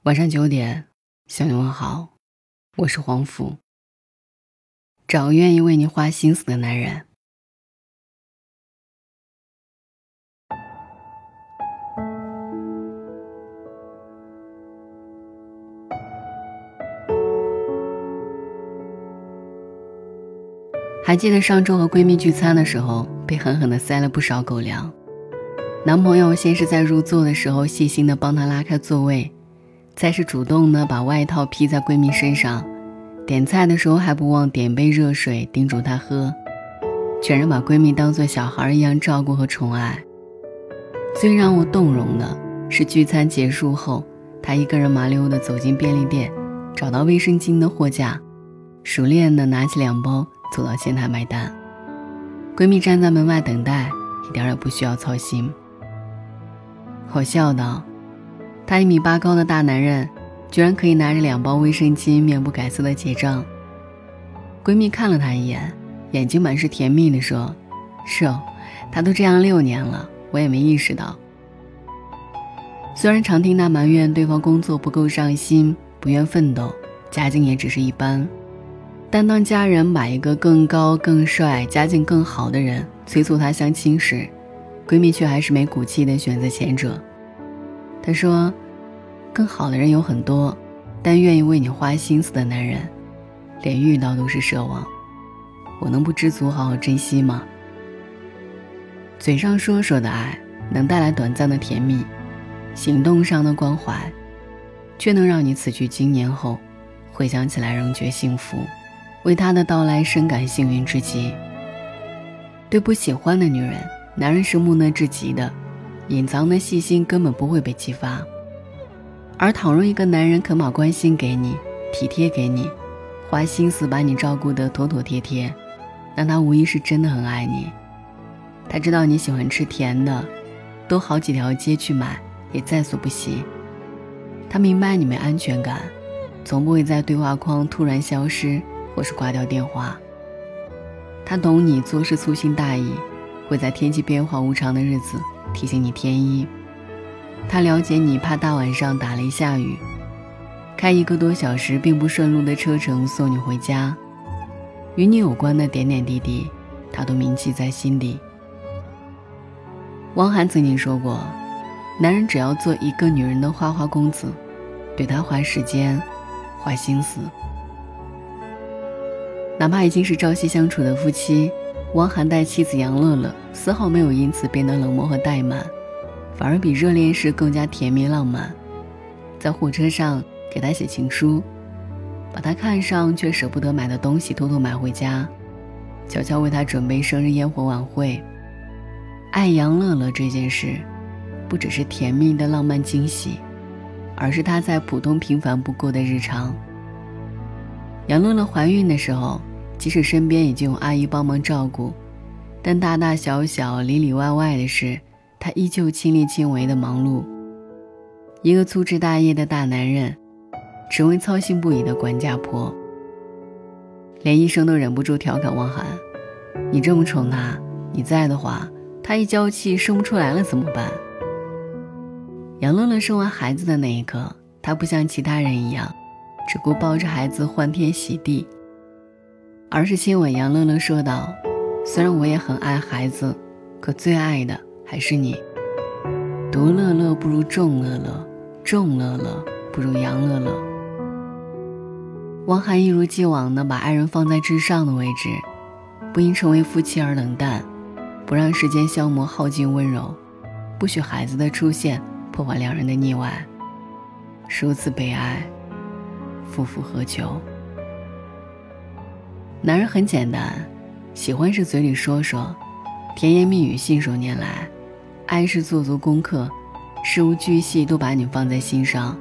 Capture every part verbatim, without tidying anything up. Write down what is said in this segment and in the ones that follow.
晚上九点，向你问好，我是黄甫。找个愿意为你花心思的男人。还记得上周和闺蜜聚餐的时候，被狠狠地塞了不少狗粮。男朋友先是在入座的时候细心地帮她拉开座位，再是主动地把外套披在闺蜜身上，点菜的时候还不忘点杯热水叮嘱她喝，全然把闺蜜当作小孩一样照顾和宠爱。最让我动容的是聚餐结束后，她一个人麻溜地走进便利店，找到卫生巾的货架，熟练地拿起两包走到前台买单。闺蜜站在门外等待，一点也不需要操心。我笑道，他一米八高的大男人居然可以拿着两包卫生巾面不改色的结账。闺蜜看了他一眼，眼睛满是甜蜜地说，是哦，他都这样六年了，我也没意识到。虽然常听他埋怨对方工作不够上心，不愿奋斗，家境也只是一般，但当家人把一个更高更帅家境更好的人催促她相亲时，闺蜜却还是没骨气地选择前者。她说，更好的人有很多，但愿意为你花心思的男人连遇到都是奢望，我能不知足好好珍惜吗？嘴上说说的爱能带来短暂的甜蜜，行动上的关怀却能让你此去经年后回想起来仍觉幸福，为他的到来深感幸运之极。对不喜欢的女人，男人是木讷至极的，隐藏的细心根本不会被激发。而倘若一个男人肯把关心给你，体贴给你，花心思把你照顾得妥妥帖帖，那他无疑是真的很爱你。他知道你喜欢吃甜的，都好几条街去买也在所不惜。他明白你没安全感，从不会在对话框突然消失或是挂掉电话。他懂你做事粗心大意，会在天气变化无常的日子提醒你添衣。他了解你怕大晚上打雷下雨，开一个多小时并不顺路的车程送你回家。与你有关的点点滴滴，他都铭记在心底。汪涵曾经说过，男人只要做一个女人的花花公子，对她花时间花心思。哪怕已经是朝夕相处的夫妻，汪涵待妻子杨乐乐丝毫没有因此变得冷漠和怠慢，反而比热恋时更加甜蜜浪漫。在火车上给她写情书，把她看上却舍不得买的东西偷偷买回家，悄悄为她准备生日烟火晚会。爱杨乐乐这件事不只是甜蜜的浪漫惊喜，而是她在普通平凡不过的日常。杨乐乐怀孕的时候，即使身边已经有阿姨帮忙照顾，但大大小小里里外外的事，她依旧亲力亲为的忙碌。一个粗枝大叶的大男人，成为操心不已的管家婆。连医生都忍不住调侃汪涵，你这么宠他，你在的话，他一娇气生不出来了怎么办？杨乐乐生完孩子的那一刻，她不像其他人一样只顾抱着孩子欢天喜地，而是亲吻杨乐乐说道，虽然我也很爱孩子，可最爱的还是你。独乐乐不如众乐乐，众乐乐不如杨乐乐。汪涵一如既往地把爱人放在至上的位置，不因成为夫妻而冷淡，不让时间消磨耗尽温柔，不许孩子的出现破坏两人的腻歪。如此被爱，夫复何求？男人很简单，喜欢是嘴里说说，甜言蜜语信手拈来，爱是做足功课，事无巨细都把你放在心上。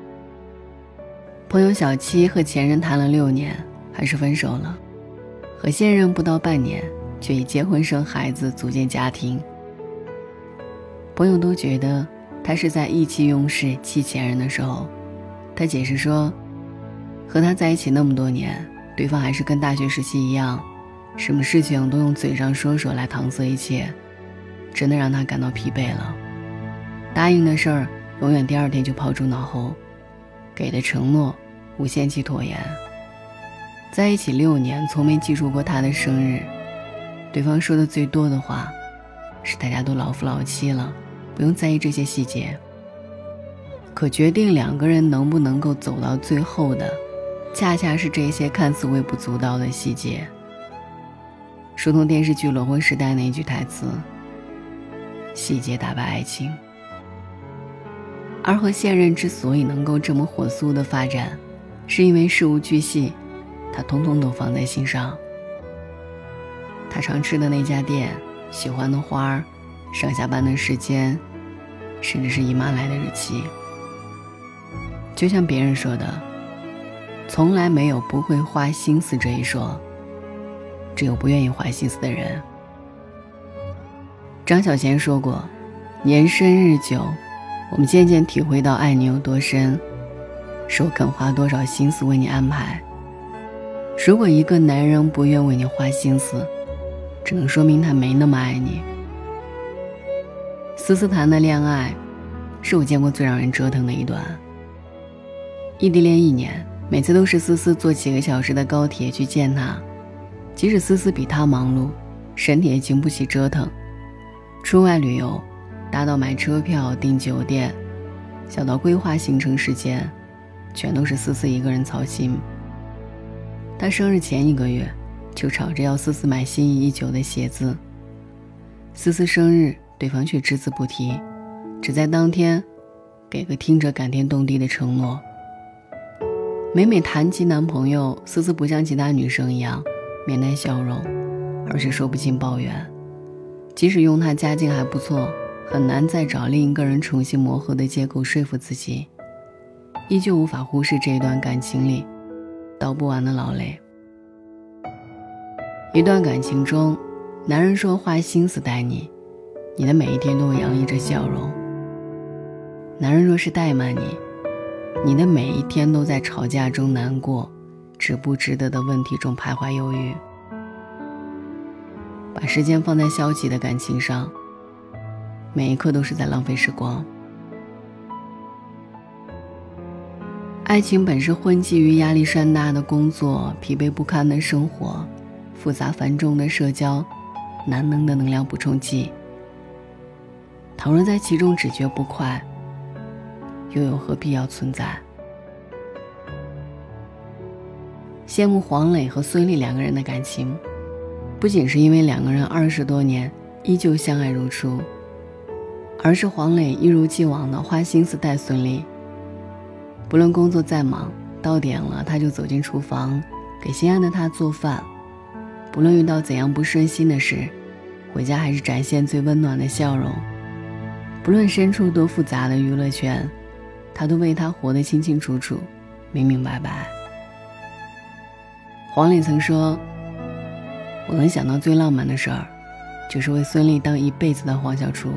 朋友小七和前任谈了六年，还是分手了，和现任不到半年，却已结婚生孩子组建家庭。朋友都觉得他是在意气用事气前任的时候，他解释说，和他在一起那么多年，对方还是跟大学时期一样，什么事情都用嘴上说说来搪塞一切，真的让他感到疲惫了。答应的事儿永远第二天就抛诸脑后， 给的承诺无限期拖延。在一起六年，从没记住过他的生日，对方说的最多的话是大家都老夫老妻了，不用在意这些细节。可决定两个人能不能够走到最后的，恰恰是这些看似微不足道的细节。如同电视剧《裸婚时代》那一句台词，细节打败爱情。而和现任之所以能够这么火速的发展，是因为事无巨细他通通都放在心上。他常吃的那家店，喜欢的花儿，上下班的时间，甚至是姨妈来的日期。就像别人说的，从来没有不会花心思这一说，只有不愿意花心思的人。张小娴说过，年深日久，我们渐渐体会到爱你有多深，是我肯花多少心思为你安排。如果一个男人不愿为你花心思，只能说明他没那么爱你。思思谈的恋爱是我见过最让人折腾的一段。异地恋一年，每次都是思思坐几个小时的高铁去见他，即使思思比他忙碌，身体也经不起折腾。出外旅游，大到买车票订酒店，小到规划行程时间，全都是思思一个人操心。他生日前一个月就吵着要思思买心仪已久的鞋子，思思生日对方却只字不提，只在当天给个听着感天动地的承诺。每每谈及男朋友，思思不像其他女生一样面带笑容，而是说不尽抱怨。即使用她家境还不错，很难再找另一个人重新磨合的借口说服自己，依旧无法忽视这一段感情里道不完的劳累。一段感情中，男人说花心思待你，你的每一天都会洋溢着笑容；男人若是怠慢你，你的每一天都在吵架中难过，值不值得的问题中徘徊犹豫。把时间放在消极的感情上，每一刻都是在浪费时光。爱情本是混迹于压力山大的工作、疲惫不堪的生活、复杂繁重的社交、难能的能量补充剂。倘若在其中只觉不快，又有何必要存在？羡慕黄磊和孙俪两个人的感情，不仅是因为两个人二十多年依旧相爱如初，而是黄磊一如既往的花心思带孙俪。不论工作再忙，到点了他就走进厨房给心爱的他做饭，不论遇到怎样不顺心的事，回家还是展现最温暖的笑容。不论身处多复杂的娱乐圈，他都为他活得清清楚楚，明明白白。黄磊曾说，我能想到最浪漫的事儿，就是为孙俪当一辈子的黄小厨。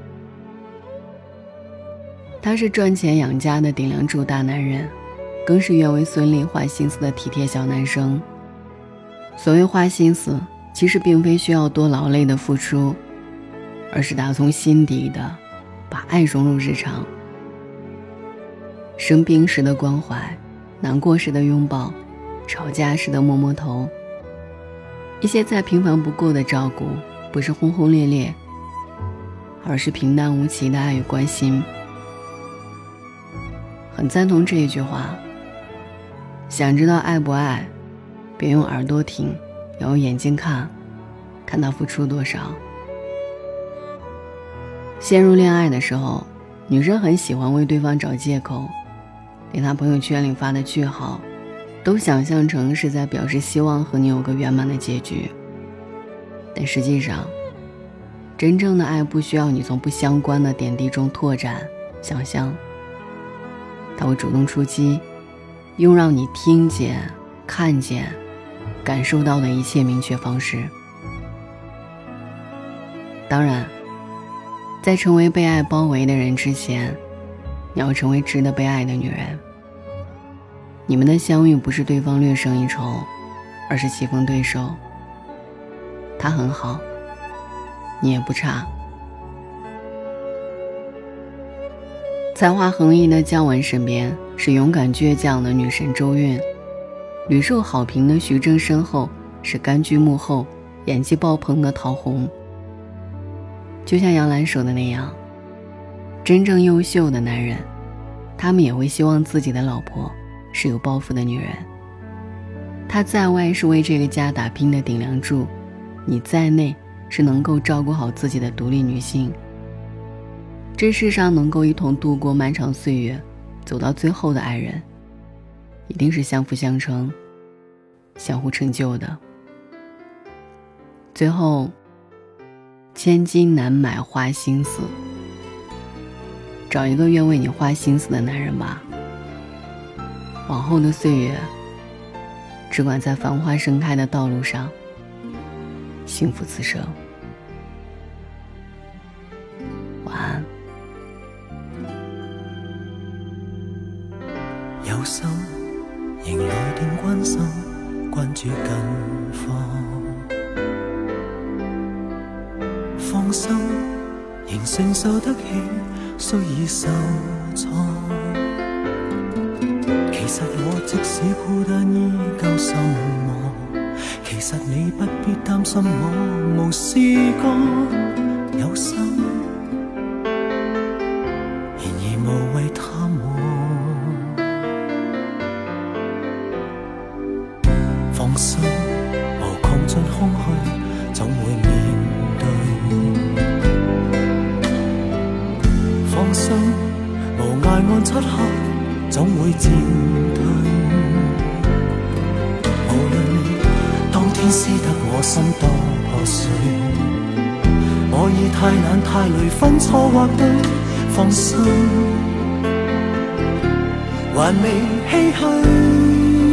他是赚钱养家的顶梁柱大男人，更是愿为孙俪花心思的体贴小男生。所谓花心思，其实并非需要多劳累的付出，而是打从心底的把爱融入日常。生病时的关怀，难过时的拥抱，吵架时的摸摸头，一些再平凡不过的照顾，不是轰轰烈烈，而是平淡无奇的爱与关心。很赞同这一句话，想知道爱不爱，别用耳朵听，要用眼睛看，看他付出多少。陷入恋爱的时候，女生很喜欢为对方找借口，连他朋友圈里发的句号都想象成是在表示希望和你有个圆满的结局。但实际上，真正的爱不需要你从不相关的点滴中拓展想象，他会主动出击，用让你听见、看见、感受到的一切明确方式。当然，在成为被爱包围的人之前，你要成为值得被爱的女人。你们的相遇不是对方略胜一筹，而是棋逢对手。他很好，你也不差。 才华横溢的姜文身边是勇敢倔强的女神周韵，屡受好评的徐峥身后是甘居幕后演技爆棚的陶虹。就像杨澜说的那样，真正优秀的男人，他们也会希望自己的老婆是有抱负的女人。她在外是为这个家打拼的顶梁柱，你在内是能够照顾好自己的独立女性。这世上能够一同度过漫长岁月走到最后的爱人，一定是相辅相成相互成就的。最后，千金难买花心思，找一个愿为你花心思的男人吧。往后的岁月，只管在繁花盛开的道路上幸福此生。晚安。 有心仍來電關心，關注近況。放心，仍承受得起，雖已受創。其實我即使孤單依舊心忙，其實你不必擔心我無事幹。有心，然而無謂探望。放心，無窮盡空虛，總會面對。放心，無涯岸漆黑，總會漸退。無論你當天撕得我心多破碎，我已太懶太累分錯或對。放心，還未唏噓。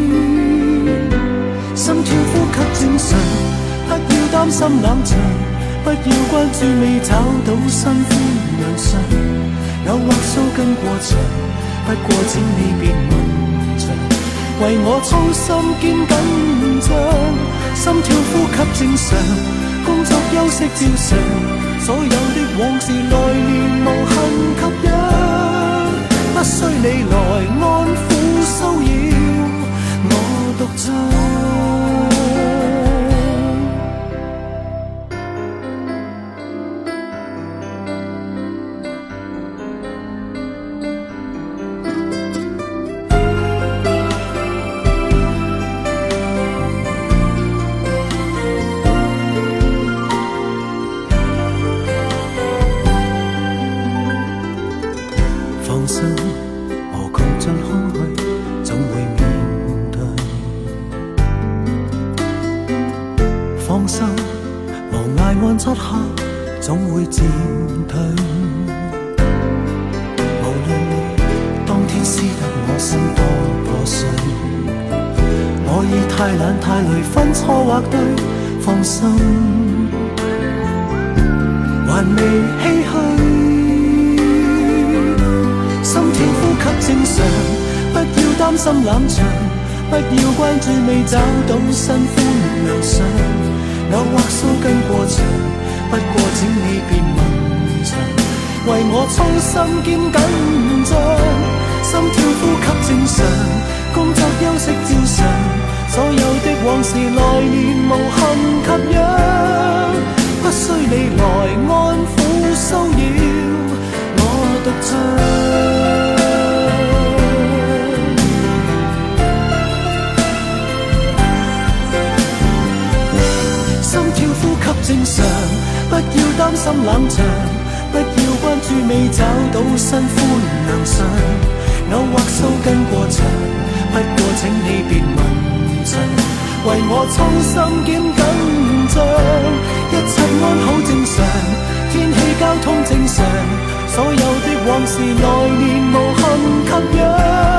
心跳呼吸正常，不要擔心冷場，不要關注未找到新歡良相。誘惑騷跟過場，不過請你別問長，為我操心兼緊張。心跳呼吸正常，工作休息照常，所有的往事來年無限吸引，不需你來安撫騷擾我獨唱。放心，無窮盡空虛，總會面對。放心，無涯岸漆黑，總會漸退。無論你當天撕得我心多破碎，我已太懶太累分錯或對。放心，還未唏噓。心跳呼吸正常，不要擔心冷場，不要關注未找到新歡良相。誘惑騷跟過場，不過請你別問長，為我操心兼緊張。心跳呼吸正常，工作休息照常，所有的往事來年無限吸引，不需你來安撫騷擾我獨唱。心跳呼吸正常，不要擔心冷場，不要關注未找到新歡良相。誘惑騷跟過場，不過請你別問長，為我操心兼緊張。一切安好正常，天氣交通正常，所有的往事來年無限吸引，